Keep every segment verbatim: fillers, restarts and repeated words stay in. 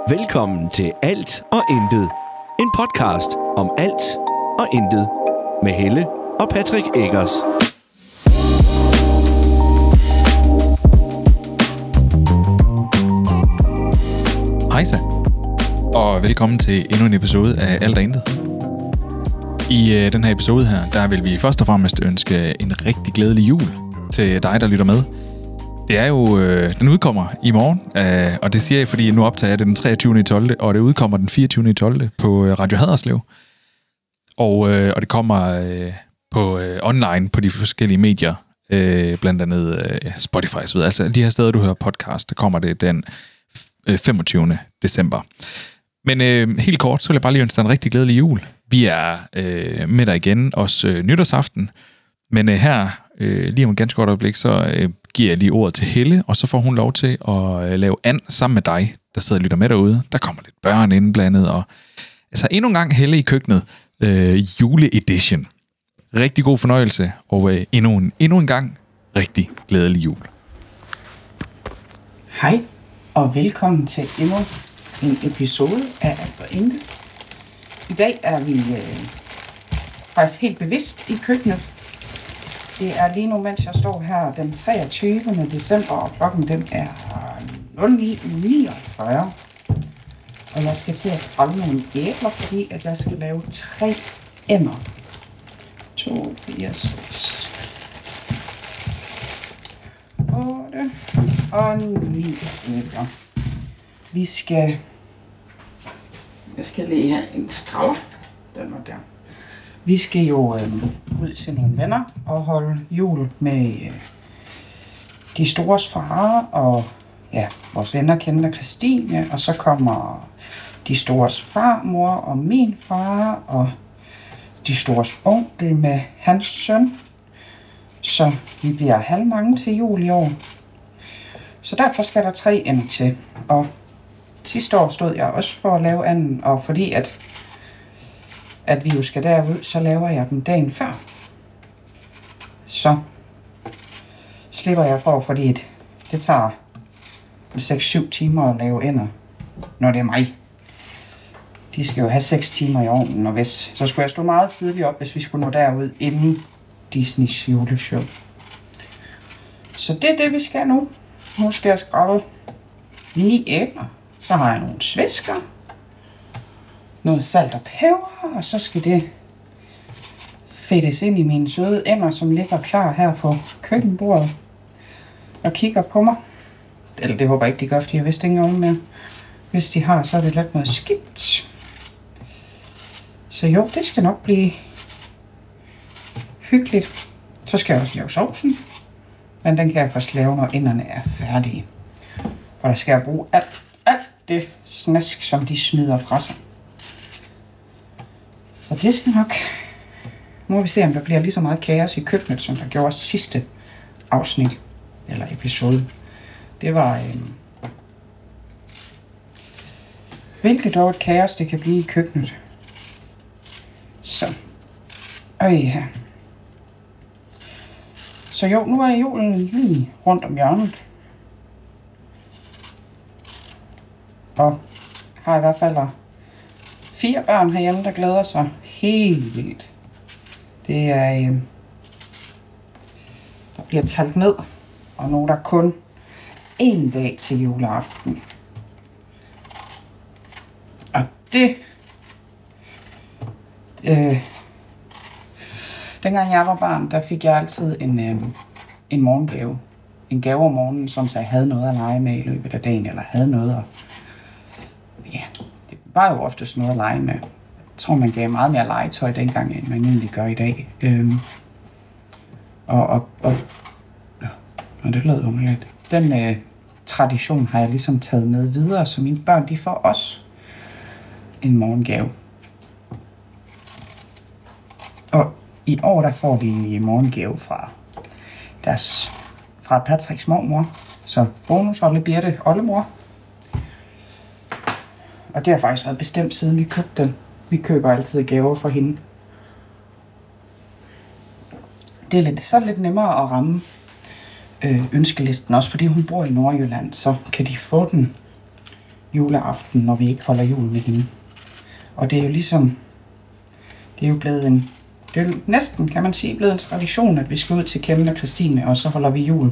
Velkommen til Alt og Intet. En podcast om alt og intet. Med Helle og Patrick Eggers. Hejsa, og velkommen til endnu en episode af Alt og Intet. I øh, den her episode her, der vil vi først og fremmest ønske en rigtig glædelig jul til dig, der lytter med. Det er jo, øh, den udkommer i morgen, øh, og det siger jeg, fordi nu optager jeg det den treogtyvende tolvte og det udkommer den fireogtyvende tolvte på Radio Haderslev. Og, øh, og det kommer øh, på øh, online på de forskellige medier, øh, blandt andet øh, Spotify og så videre. Altså de her steder, du hører podcast, der kommer det den øh, femogtyvende december. Men øh, helt kort, så vil jeg bare lige ønske dig en rigtig glædelig jul. Vi er øh, med dig igen, også øh, nytårsaften. Men øh, her, øh, lige om et ganske godt øjeblik, så øh, giver jeg lige ordet til Helle, og så får hun lov til at øh, lave and sammen med dig, der sidder og lytter med derude. Der kommer lidt børn indblandet, og altså endnu en gang Helle i køkkenet, øh, juleedition. Rigtig god fornøjelse, og øh, endnu, en, endnu en gang rigtig glædelig jul. Hej, og velkommen til endnu en episode af Alt og Intet. I dag er vi øh, faktisk helt bevidst i køkkenet. Det er lige nu, mens jeg står her den treogtyvende december, og klokken den er nul ni niogfyrre. Og jeg skal til at skrælle nogle æbler, fordi at jeg skal lave tre ender. to, fire, seks, otte og ni æbler. Vi skal... Jeg skal lige have en skrav. Den var der. Vi skal jo øh, ud til nogle venner og holde jul med øh, de stores far og ja, vores venner kender Christine, og så kommer de stores farmor og min far og de stores onkel med hans søn. Så vi bliver halvmange til jul i år. Så derfor skal der tre ender til. Og sidste år stod jeg også for at lave anden, og fordi at at vi jo skal derud, så laver jeg dem dagen før. Så slipper jeg for, fordi det tager seks syv timer at lave ender, når det er mig. De skal jo have seks timer i ovnen, og hvis, så skulle jeg stå meget tidligt op, hvis vi skulle nå derud inden Disneys juleshow. Så det er det, vi skal nu. Nu skal jeg skrælle ni æbler. Så har jeg nogle svisker, noget salt og peber, og så skal det fedtes ind i mine søde ender, som ligger klar her på køkkenbordet og kigger på mig. Eller det håber jeg ikke, de gør, fordi jeg vidste ikke noget mere. Hvis de har, så er det lidt noget skidt. Så jo, det skal nok blive hyggeligt. Så skal jeg også lave sovsen, men den kan jeg først lave, når enderne er færdige. Og der skal jeg bruge alt, alt det snask, som de smider fra sig. Så det skal nok... Nu må vi se, om der bliver lige så meget kaos i køkkenet, som der gjorde sidste afsnit, eller episode. Det var... Øh... Hvilket dog et kaos, det kan blive i køkkenet. Så... Øj her. Så jo, nu er julen lige rundt om hjørnet. Og har i hvert fald... fire børn herhjemme, der glæder sig helt vildt. Det er, øh, der bliver talt ned, og nu er der kun en dag til juleaften. Og det, øh, dengang jeg var barn, der fik jeg altid en, øh, en morgengave. En gave om morgenen, som så jeg havde noget at lege med i løbet af dagen, eller havde noget at, ja, var jo oftest noget at lege med. Jeg tror, man gav meget mere legetøj dengang, end man egentlig gør i dag. Øhm, og, og, og, og det lød underligt. Den øh, tradition har jeg ligesom taget med videre, så mine børn, de får også en morgengave. Og i år, der får de en morgengave fra deres, fra Patricks mormor. Så bonus Olle Birte oldemor. Og det har faktisk været bestemt, siden vi købte den. Vi køber altid gaver for hende. Det er lidt, så er det lidt nemmere at ramme øh, ønskelisten, også fordi hun bor i Nordjylland, så kan de få den juleaften, når vi ikke holder jul med hende. Og det er jo ligesom, det er jo blevet en, det er jo næsten, kan man sige, blevet en tradition, at vi skal ud til Kevin og Christine, og så holder vi jul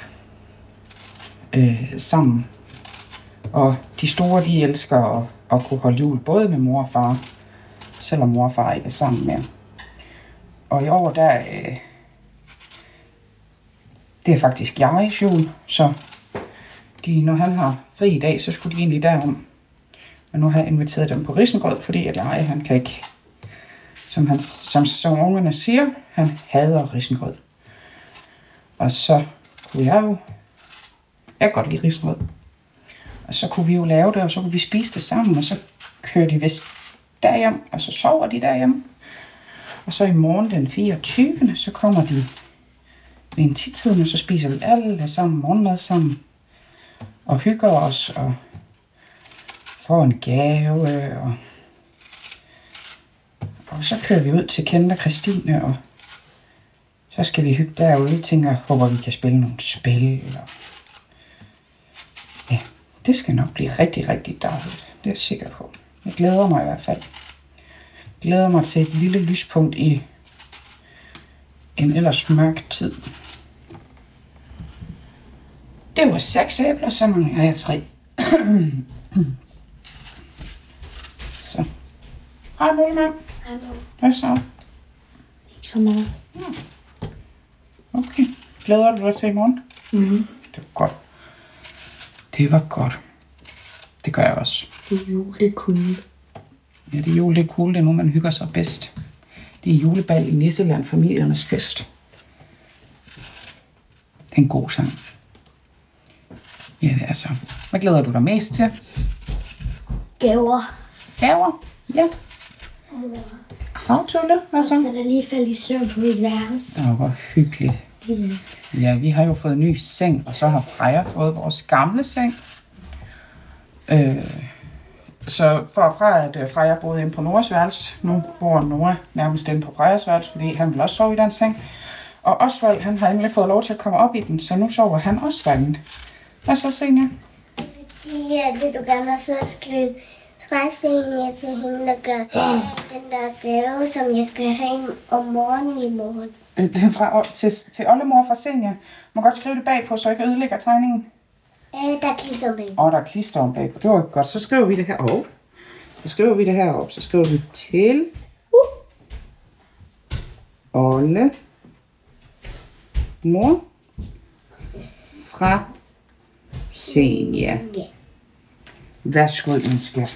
øh, sammen. Og de store, de elsker at, at kunne holde jul, både med mor og far, selvom mor og far ikke er sammen mere. Og i år, der øh, det er faktisk Jaris jul, så de, når han har fri i dag, så skulle de egentlig derom. Men nu har jeg inviteret dem på risengrød, fordi at jeg, han kan ikke, som, han, som, som ungerne siger, han hader risengrød. Og så kunne jeg jo, jeg kan godt lide risengrød. Og så kunne vi jo lave det, og så kunne vi spise det sammen, og så kører de vist derhjem, og så sover de derhjemme. Og så i morgen den fireogtyvende så kommer de ved en tid-tiden, og så spiser vi alle sammen morgenmad sammen. Og hygger os, og får en gave, og, og så kører vi ud til Kent og Christine, og så skal vi hygge derude. Jeg tænker, håber vi kan spille nogle spil, eller ja, det skal nok blive rigtig, rigtig dejligt. Det er jeg sikker på. Jeg glæder mig i hvert fald. Jeg glæder mig til et lille lyspunkt i en ellers mørk tid. Det var seks æbler, så mangler jeg tre. Så. Hej, Målemand. Hej, mor. Hvad så? Ikke så meget. Ja. Okay. Glæder du dig til i morgen? Mhm. Det var godt. Det var godt. Det gør jeg også. Det er julekulde. Ja, det er jul, det er cool. Det er nu, man hygger sig bedst. Det er julebal i Nisseland, familiernes fest. Det er en god sang. Ja, det er så. Hvad glæder du dig mest til? Gaver. Gaver? Ja. Hej, Tulle. Hvad Så så? er der lige faldet i søvn på mit værelse. Det var hyggeligt. Ja. Ja, vi har jo fået en ny seng, og så har Freja fået vores gamle seng. Øh, så for, fra at Freja boede inde på Noras værelse, nu bor Nora nærmest inde på Frejas værelse, fordi han vil også sove i den seng. Og Osvald, han har endelig fået lov til at komme op i den, så nu sover han også derinde. Hvad så, Senja? Ja, vil du gerne sidde og skrive fra Senja til hende, der gør den der gave, som jeg skal have om morgenen i morgen. Øh, Det er fra, til, til oldemor fra Senja. Du må godt skrive det bagpå, så jeg ikke ødelægger tegningen. Øh, der er klister med. Åh, der er klister om bagpå. Det var godt. Så skriver vi det her op. Så skriver vi det her op. Så skriver vi til Olle mor fra Senja. Ja. Værsgo, min skat.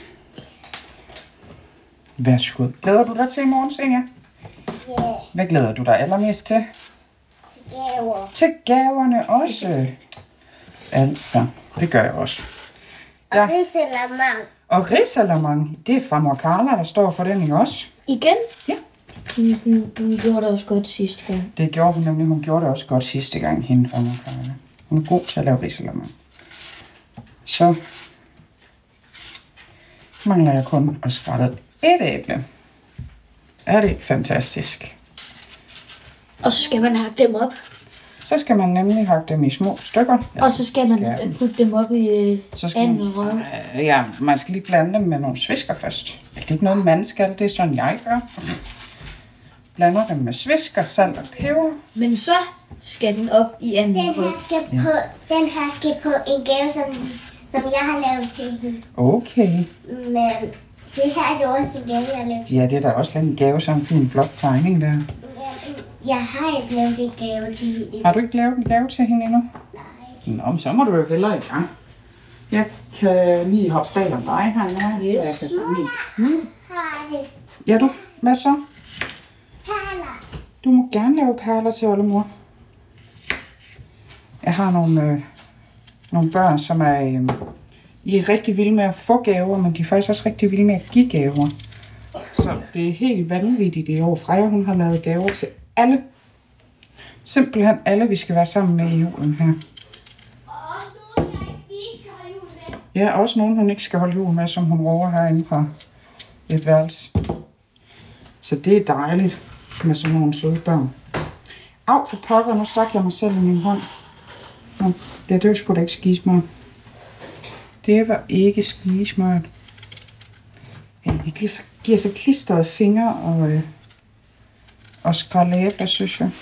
Værsgo. Glæder du dig til i morgen, Senja? Ja, Hvad glæder du dig allermest til? gaver. Til gaverne også. Altså, det gør jeg også. Og Ja. risalamang. Og risalamang, det er fra mor Carla, der står for den, ikke også? Igen? Ja. Hun, hun, hun gjorde det også godt sidste gang. Det gjorde hun nemlig. Hun gjorde det også godt sidste gang, hende fra mor Carla. Hun er god til at lave risalamang. Så mangler jeg kun at skrætte et æble. Er det ikke fantastisk? Og så skal man hakke dem op. Så skal man nemlig hakke dem i små stykker. Og så skal man Skal øh, putte dem op i øh, Så skal anden man, røv. øh, ja, man skal lige blande dem med nogle svisker først. Det er ikke noget, man skal. Det er sådan, jeg gør. Blander dem med svisker, salt og peber. Men så skal den op i anden Den røv. her skal på, den her skal på en gave, som, som jeg har lavet til hende. Okay. Men det her er det også en gave, jeg har lavet. Ja, det er da også lidt en gave, så en fin, flot tegning der. Jeg, jeg har ikke lavet en gave til hende. Har du ikke lavet en gave til hende endnu? Nej. Nå, men så må du jo hellere i gang. Jeg kan lige hoppe bag om dig her nu. Yes. Så jeg kan lige... Hmm. Har det Ja, du. Hvad så? perler. Du må gerne lave perler til oldemor. Jeg har nogle, øh, nogle børn, som er, øh, I er rigtig vilde med at få gaver, men de er faktisk også rigtig vilde med at give gaver. Så det er helt vanvittigt i år. Freja, hun har lavet gaver til alle. Simpelthen alle, vi skal være sammen med i julen her. Og også nogle, jeg ikke skal holde jul med. Ja, også nogen, hun ikke skal holde jul med, som hun roer herinde fra et værelse. Så det er dejligt med sådan nogle søde børn. Au for pokker, nu stak jeg mig selv i min hånd. Nå, det er det jo sgu da ikke skismart. Det var ikke skide smart. Ja, det giver så, giver så klistrede fingre og, øh, og skrælle æbler, synes jeg.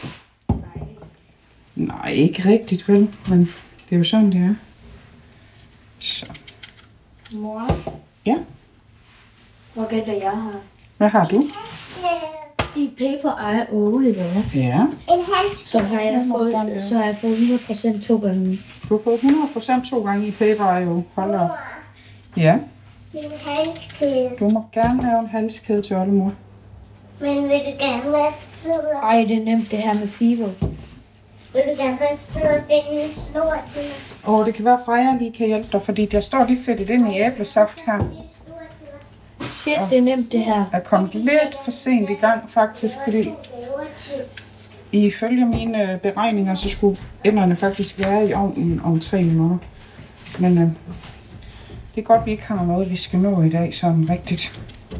Nej, ikke rigtigt, vel? Men det er jo sådan, det er. Så. Mor? Ja? Hvor gæt, hvad jeg har? Hvad har du? I paper I owe i dag. Ja. En halskæde. Så har jeg fået, så har jeg fået hundrede procent to gange. Du har fået hundrede procent to gange i paper, jo. Hold op. Ja. En halskæde. Du må gerne lave en halskæde til oldemor. Men vil du gerne være sød? Ej, det er nemt det her med fever. Vil du gerne være sød og finde en snor til mig? Og det kan være, at Freja lige kan hjælpe dig, fordi der står lige fedtet ind i æblesaft her. Shit, det er nemt det her. Jeg er kommet lidt for sent i gang, faktisk, fordi ifølge mine beregninger, så skulle ænderne faktisk være i ovnen om tre minutter. Men øh, det er godt, vi ikke har noget, vi skal nå i dag, sådan rigtigt.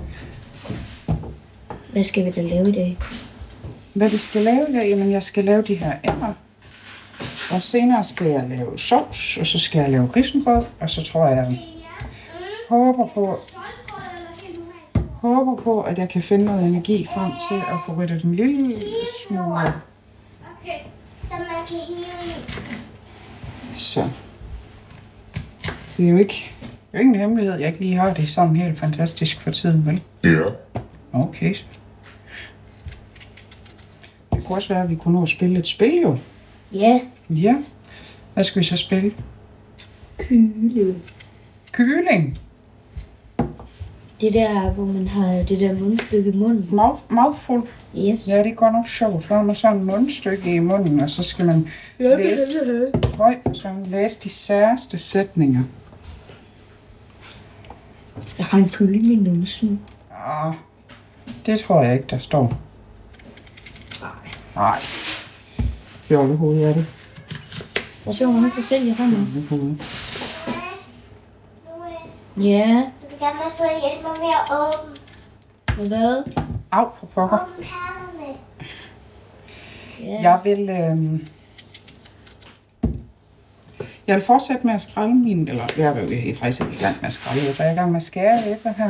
Hvad skal vi da lave i dag? Hvad vi skal lave i dag? Jamen, jeg skal lave de her ænder. Og senere skal jeg lave sovs, og så skal jeg lave risengrød, og så tror jeg, jeg håber på, håber på, at jeg kan finde noget energi frem til at få ryddet en lille smule. Okay, så man kan hive i. Så. Det er jo ikke, det er jo ikke en hemmelighed, jeg ikke lige har det sådan helt fantastisk for tiden, vel? Ja. Okay. Det kunne også være, at vi kunne nå at spille et spil, jo. Ja, Ja. Hvad skal vi så spille? kyle. Kylling. Det der, hvor man har det der mundstykke i munden. Mouth, mouthful. Yes. Ja, det er godt nok sjovt. Så har man sådan en mundstykke i munden, og så skal man læse, høj, så man læse de særste sætninger. Jeg har en kylling i numsen. Ah, det tror jeg ikke, der står. Nej. Nej. Fjollehoved er det. Og så hundrede procent i hånden. Fjollehoved. Ja. Du vil gerne være sød og hjælpe mig med at åbne. Med hvad? Au, for pokker. Åbne perlerne. Ja. Jeg vil, øh... jeg vil fortsætte med at skrælle min, eller jeg vil jo faktisk ikke i gang med at skrælle, jeg er i gang med at skære æbler her.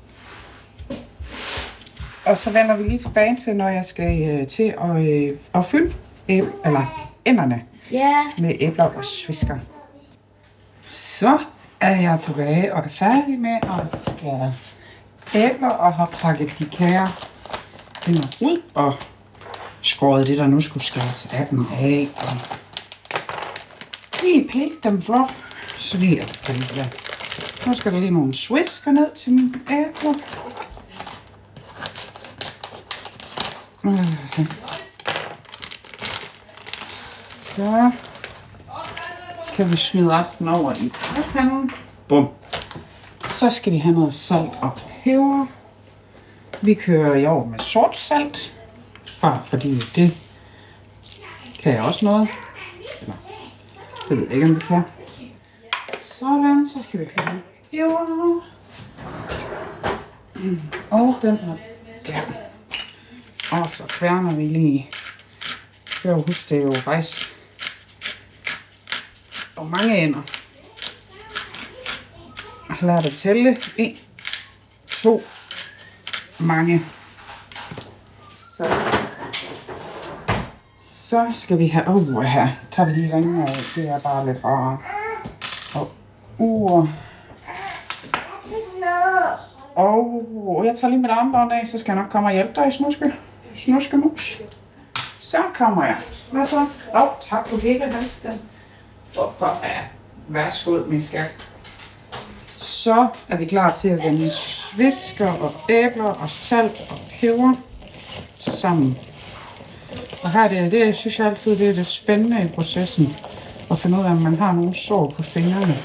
Og så vender vi lige tilbage til, når jeg skal øh, til at, øh, at fylde æb, eller ænderne Ja. med æbler og svisker. Så er jeg tilbage og er færdig med at skære æbler og har pakket de kære ænder ud og skåret det, der nu skulle skæres af dem af. Og lige pilt dem flot, så lige er det der. Nu skal der lige nogle swisker ned til mine æbler. Så kan vi smide resten over i panden. Bum. Så skal vi have noget salt og peber. Vi kører i år med sort salt. Bare fordi det kan jeg også noget. Eller, det ved jeg ikke, om det kan. Sådan, så skal vi hælde peber. Og den er der. Og så kværner vi lige. Jeg kan huske, det er jo faktisk og mange ender. Jeg har lært at tælle. En, to, mange. Så, så skal vi have, åh oh, her, tager vi lige ringen af. Det er bare lidt rart. Og ur. Og jeg tager lige mit armbånd af, så skal jeg nok komme og hjælpe dig, snuske. Snuskemus. Så kommer jeg. Hvad så? Åh, oh, tak for hele halsen. Og ja, værsgo, min skat. Så er vi klar til at vende svisker og æbler og salt og peber sammen. Og her det, det synes jeg altid, det er det spændende i processen. At finde ud af, om man har nogle sår på fingrene.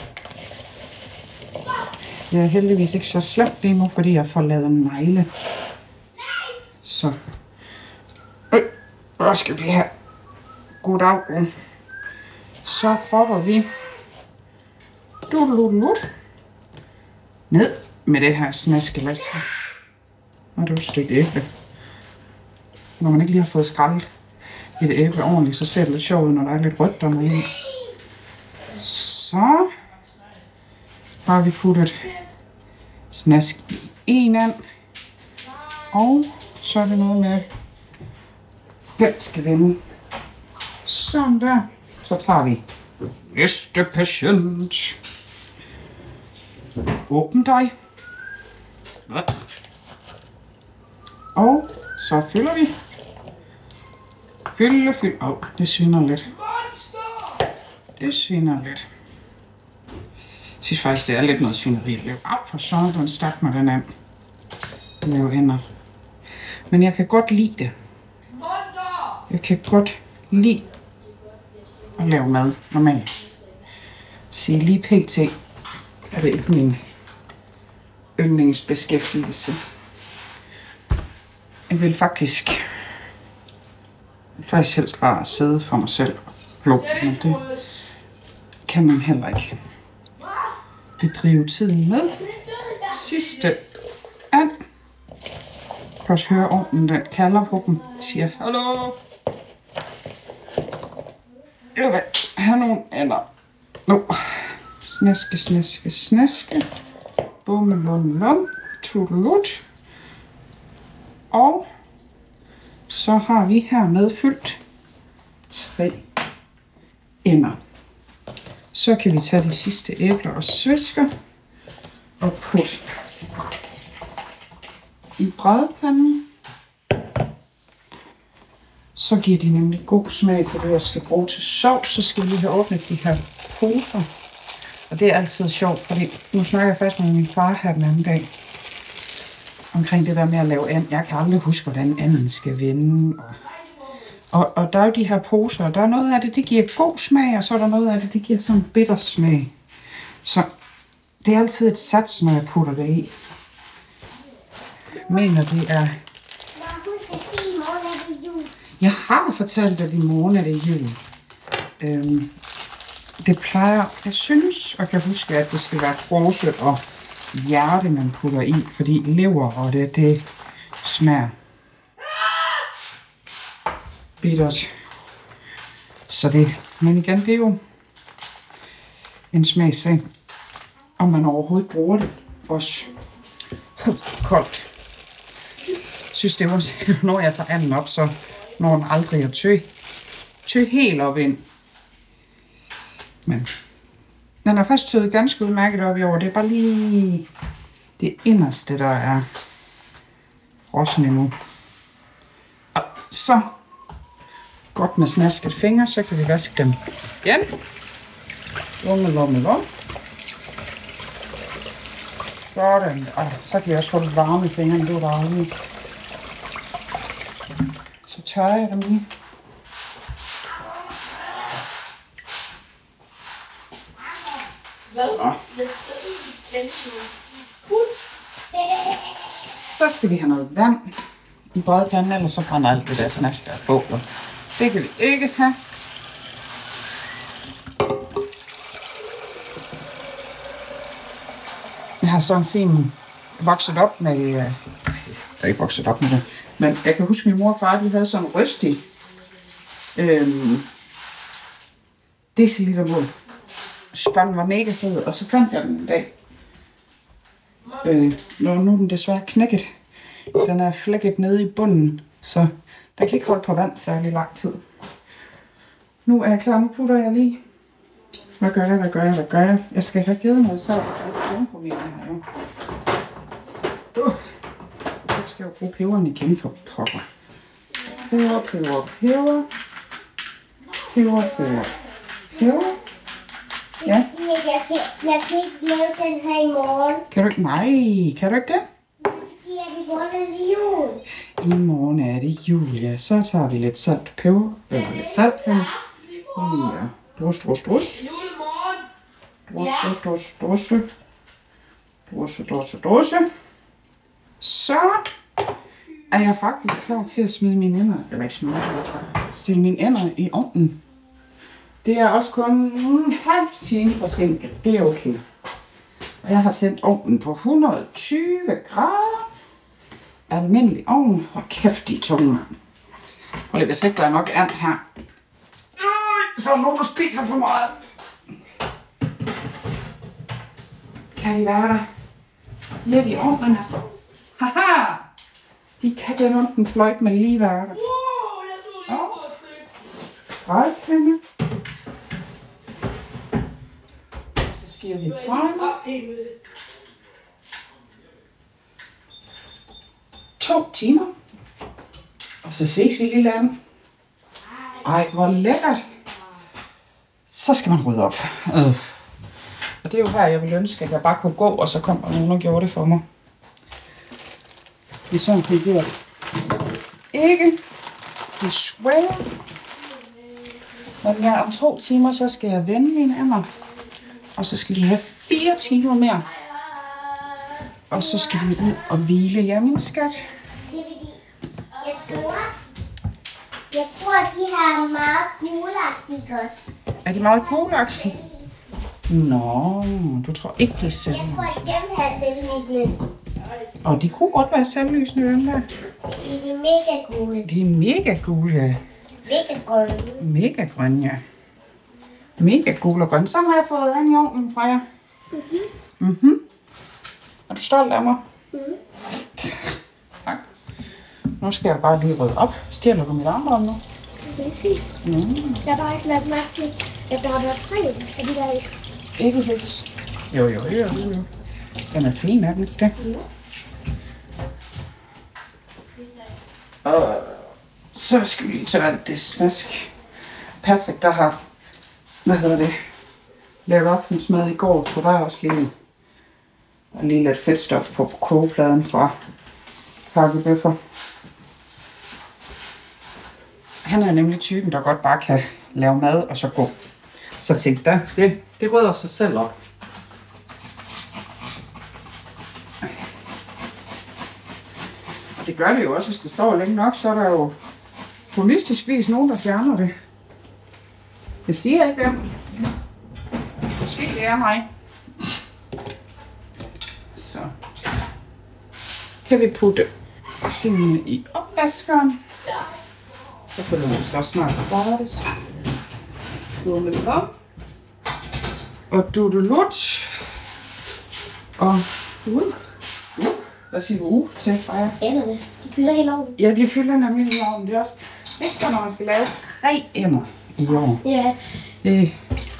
Jeg er heldigvis ikke så slemt lige nu, fordi jeg får lavet en negle. Så. Øh, hvad skal vi have? Goddag. Så propper vi dudeludelut ned med det her snaskelas. Og det er et stykke æble. Når man ikke lige har fået skrællet et æble ordentligt, så ser det lidt sjovt ud, når der er lidt rødt dernede. Så. har vi puttet snask i en and. Og så er det noget med, den skal vende. Sådan der. Så tager vi næste patient. Åbn dig. Og så fylder vi. Fylde, fylde. Åh, oh, det sviner lidt. Det sviner lidt. Jeg synes faktisk, det er lidt noget svineri. Au, for sådan, den stak mig den af. Lave hænder. Men jeg kan godt lide det. Jeg kan godt lide at lave mad normalt. Så lige pt. er det ikke min yndlingsbeskæftigelse. Jeg vil faktisk, faktisk helst bare sidde for mig selv og glo, men det kan man heller ikke bedrive tiden med. Sidste and. Jeg kan også høre ovnen, den kalder på dem. Siger, hallo. Jeg vil have nogle ander. Nu. Snaske, snaske, snaske. Bumme, lum, lum. Tudelut. Og så har vi hermed fyldt tre ender. Så kan vi tage de sidste æbler og svisker og putte i brædepanden. Så giver de nemlig god smag på det, jeg skal bruge til sovs. Så skal vi lige have åbnet de her poser. Og det er altid sjovt, fordi nu snakker jeg faktisk med min far her den anden dag omkring det der med at lave and. Jeg kan aldrig huske, hvordan anden skal vende. Og, og, og der er jo de her poser, og der er noget af det, det giver god smag, og så er der noget af det, det giver sådan bitter smag. Så det er altid et sats, når jeg putter det i. Jeg mener, det er... Jeg har fortalt, at i morgen er det jul. Øhm, det plejer, jeg synes, og kan huske, at det skal være korse og hjerte, man putter i, fordi lever og det, det smager bittert. Så det, men igen, det er jo en smagssag, om man overhovedet bruger det også koldt. Jeg synes, det er også, når jeg tager anden op, så når den aldrig er tø. Tø helt op ind. Men den er faktisk tøet ganske udmærket op i år. Det er bare lige det inderste, der er rossen endnu. Og så godt med snasket fingre, så kan vi vaske dem igen. Lumme, lumme, lumme. Sådan. Og så kan jeg også få det varme i fingrene. Det var varme. Så tørrer jeg dem lige. Så. Så skal vi have noget vand i brædepanden, ellers så brænder alt det der snask der på. Det kan vi ikke have. Jeg har sådan en fin vokset op med... Jeg er ikke vokset op med det. Men jeg kan huske, at min mor og far de havde sådan en rystig øhm, deciliter mål. Spanden var mega fed, og så fandt jeg den en dag. Øh, nu er den desværre knækket. Den er flækket nede i bunden, så den kan ikke holde på vand særlig lang tid. Nu er jeg klar, nu putter jeg lige. Hvad gør jeg, hvad gør jeg, hvad gør jeg? Jeg skal have givet noget salt på min her jo. Uh. Så skal jeg jo bruge peberen igen for pokker. Peber, peber, peber. Peber, peber, peber. Ja. Jeg kan, jeg kan ikke lave den her i morgen. Kan du ikke? Nej, kan du ikke det? Fordi i morgen er det jul. I morgen er det jul, ja. Så tager vi lidt salt peber. Eller lidt salt her. Ja. Drus, drus, drus. Drusse, drusse, drusse. Drusse, drusse, drusse. Så er jeg faktisk klar til at smide mine ender. Eller ikke smide, stille mine ender i ovnen. Det er også kun en halv time forsinket. Det er okay. Jeg har tændt ovnen på et hundrede og tyve grader. Almindelig ovn og kæftig tunge. Og hvis ikke der er nok and her, så er nogen, der spiser for meget. kan de være der. Lidt i ovnen. Haha! De kan den rundt en fløjt med lige være der. Wow, jeg tog lige på et stykke. Røgklinge. Så siger vi tredive. To timer. Og så ses vi lille Anne. Ej, hvor lækkert. Så skal man rydde op. Øh. Og det er jo her, jeg ville ønske, at jeg bare kunne gå, og så kom der nogen og gjorde det for mig. Det er sådan, det gør det. Ikke. Det swear. Men ja, om to timer, så skal jeg vende mine ender. Og så skal de have fire timer mere. Og så skal de ud og hvile. Ja, min skat. Det vil de. Jeg tror, jeg tror, at de har meget gulagtigt også. Er de meget gulagtige? Nå, du tror ikke, de er selv. Jeg tror, at dem her er selvlysende. Og de kunne godt være selvlysende, dem der. De er mega gule. De er mega gule, ja. Mega grønne. Mega grønne, ja. Mega gule og grønne. Så har jeg fået an i ovnen fra jer. Mhm. Mhm. Er du stolt af mig? Mhm. Tak. Nu skal jeg bare lige rydde op. Stjæler du mit armbånd nu? Det kan se. Mm. Jeg har bare ikke lagt mærke til, at der har været tre af de der ikke. Ikke helt. Jo, jo, jo, jo. Den er fin, er den ikke det? Ja. Og så skal vi lige tage alt det snask. Patrick, der har, hvad hedder det, lavet aftensmad i går, så der er også lige, der er lige lidt fedtstof på kogepladen fra hakkebøffer. Han er nemlig typen, der godt bare kan lave mad og så gå. Så tænkte jeg, det, det rydder sig selv op. Og det gør det jo også, hvis det står længe nok, så er der jo på mystisk vis nogen, der fjerner det. Det siger jeg ikke, hvem. Måske det er mig. Så kan vi putte tingene i opvaskeren. Så kan det måske også snart startes. Dumme op. Og dudelut. Og uh. Uh. Hvad siger du uh til, Freja? Ænderne, de fylder hele ovnen. Ja, de fylder nemlig hele ovnen. Det er også ikke så, når man skal lave tre ender i år. Ja, Øh,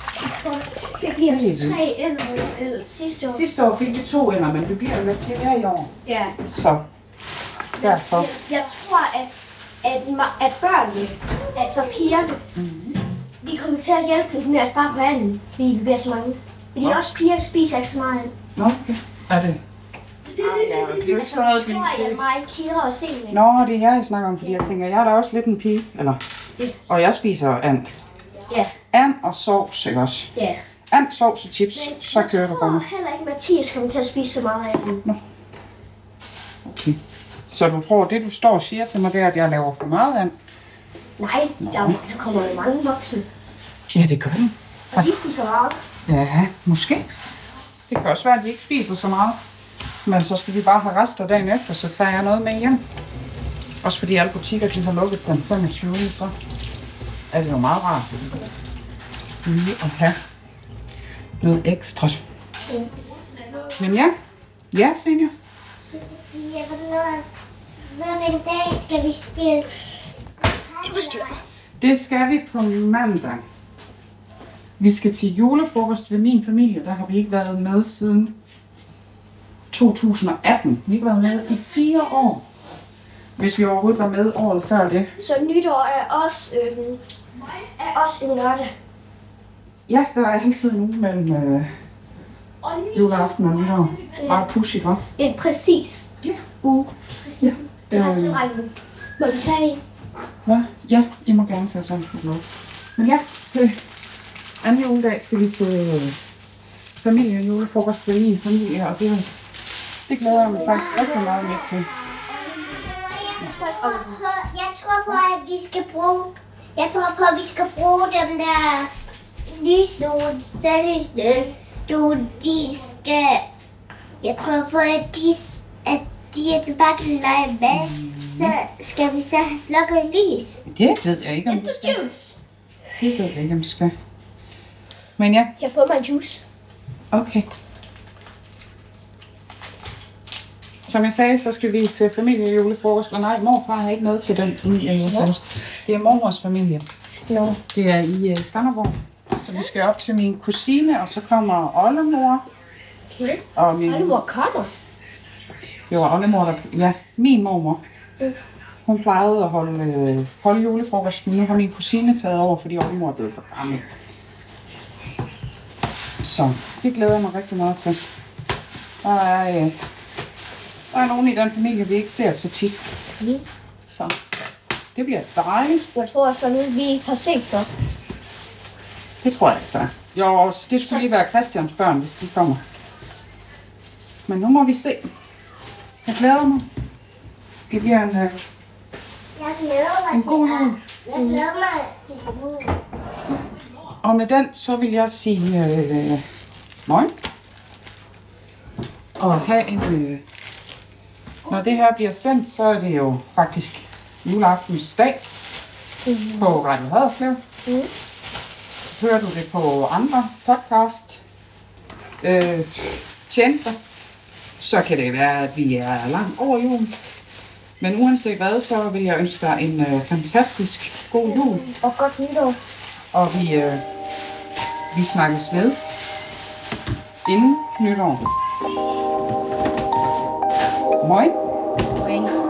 det bliver også tre ender eller sidste år. sidste år fik vi to ender, men det bliver jo lidt flere i år. Ja. Så derfor. Jeg, jeg tror, at, at, ma- at børnene, altså pigerne, mm-hmm. vi kommer til at hjælpe lidt med at spare på anden, fordi vi bliver så mange. Fordi Nå. også piger spiser ikke så meget. Nå, okay. Er det? Ja, det er jo ikke Altså, sådan noget, jeg vi... tror, jeg er mig, Kira og Celia. Nå, det er jer, jeg snakker om, fordi jeg tænker, jeg er da også lidt en pige. Eller, Ja. og jeg spiser and. Ja. And og sovs, ikke også? Ja. And, sovs og chips, Men så kører jeg du tror bare. heller ikke, Mathias kommer til at spise så meget af den. Okay. Så du tror, det du står og siger til mig, det er, at jeg laver for meget and? Nej, der kommer jo mange voksne. Ja, det gør den. Og de spiser meget. Ja, måske. Det kan også være, at de ikke spiser så meget. Men så skal vi bare have rester dagen efter, så tager jeg noget med hjem. Også fordi alle butikker, de har lukket den femogtyvende så er det jo meget rart lige at have noget ekstra. Men ja, ja, Senja. Ja, hvornår, hvilken dag skal vi spille? Det forstyrrer. Det skal vi på mandag. Vi skal til julefrokost ved min familie. Der har vi ikke været med siden to tusind og atten. Vi har ikke været med i fire år. Hvis vi overhovedet var med året før det. Så nytår er også, øhm, er også en lørdag. Ja, der er altid en uge mellem øh, juleaften og nytår. Bare pushigt, hva'? En præcis Ja. uge. Ja. Du har Øh, selv regnet. Må vi tage en? Hvad? Ja, I må gerne tage sådan en chokolade. Men ja, til anden juledag skal vi til øh, familie julefrokost ved min familie, og det, det glæder jeg mig faktisk rigtig meget med til. Jeg tror på, jeg tror på, at vi skal bruge, jeg tror på, at vi skal bruge dem der lysnode, selvlysende. Du, de skal, jeg tror på, at de, at de er tilbage til lege med. Så skal vi så have slukket lys. Det ved jeg ikke, om vi skal. Det ved jeg ikke, om vi skal. Men ja, Jeg får mig en juice. okay. som jeg sagde, så skal vi til familiejulefrokost. Og nej, morfar er ikke med til den familiejulefrokost. Det er mormors familie. Nå. Det er i uh, Skanderborg. Så vi skal op til min kusine, og så kommer oldemor. Okay. Og min... Oldemor kommer? Det var oldemor, der... Ja, min mormor. Mm. Hun plejede at holde, øh, holde julefrokosten. Nu har min kusine taget over, fordi oldemor er blevet for gammel. Så det glæder jeg mig rigtig meget til. Der er, øh, der er nogen i den familie, vi ikke ser så tit. Mm. Så det bliver dejligt. Jeg tror, at nu vi ikke har set før. Det tror jeg ikke, der er. Jo, det skulle lige være Christians børn, hvis de kommer. Men nu må vi se. Jeg glæder mig. Det bliver en, øh, Jeg glæder mig en god til jul. Jeg glæder mig til jul. Og med den, så vil jeg sige øh, morgen. Og have en... Øh, når det her bliver sendt, så er det jo faktisk juleaftensdag mm. på Radio Haderslev. Mm. Hører du det på andre podcast øh, tjenester, så kan det være, at vi er langt over julen. Men uanset hvad, så vil jeg ønske dig en øh, fantastisk god jul. Og godt nytår. Og vi, øh, vi snakkes ved inden nytår. Moin. Moin.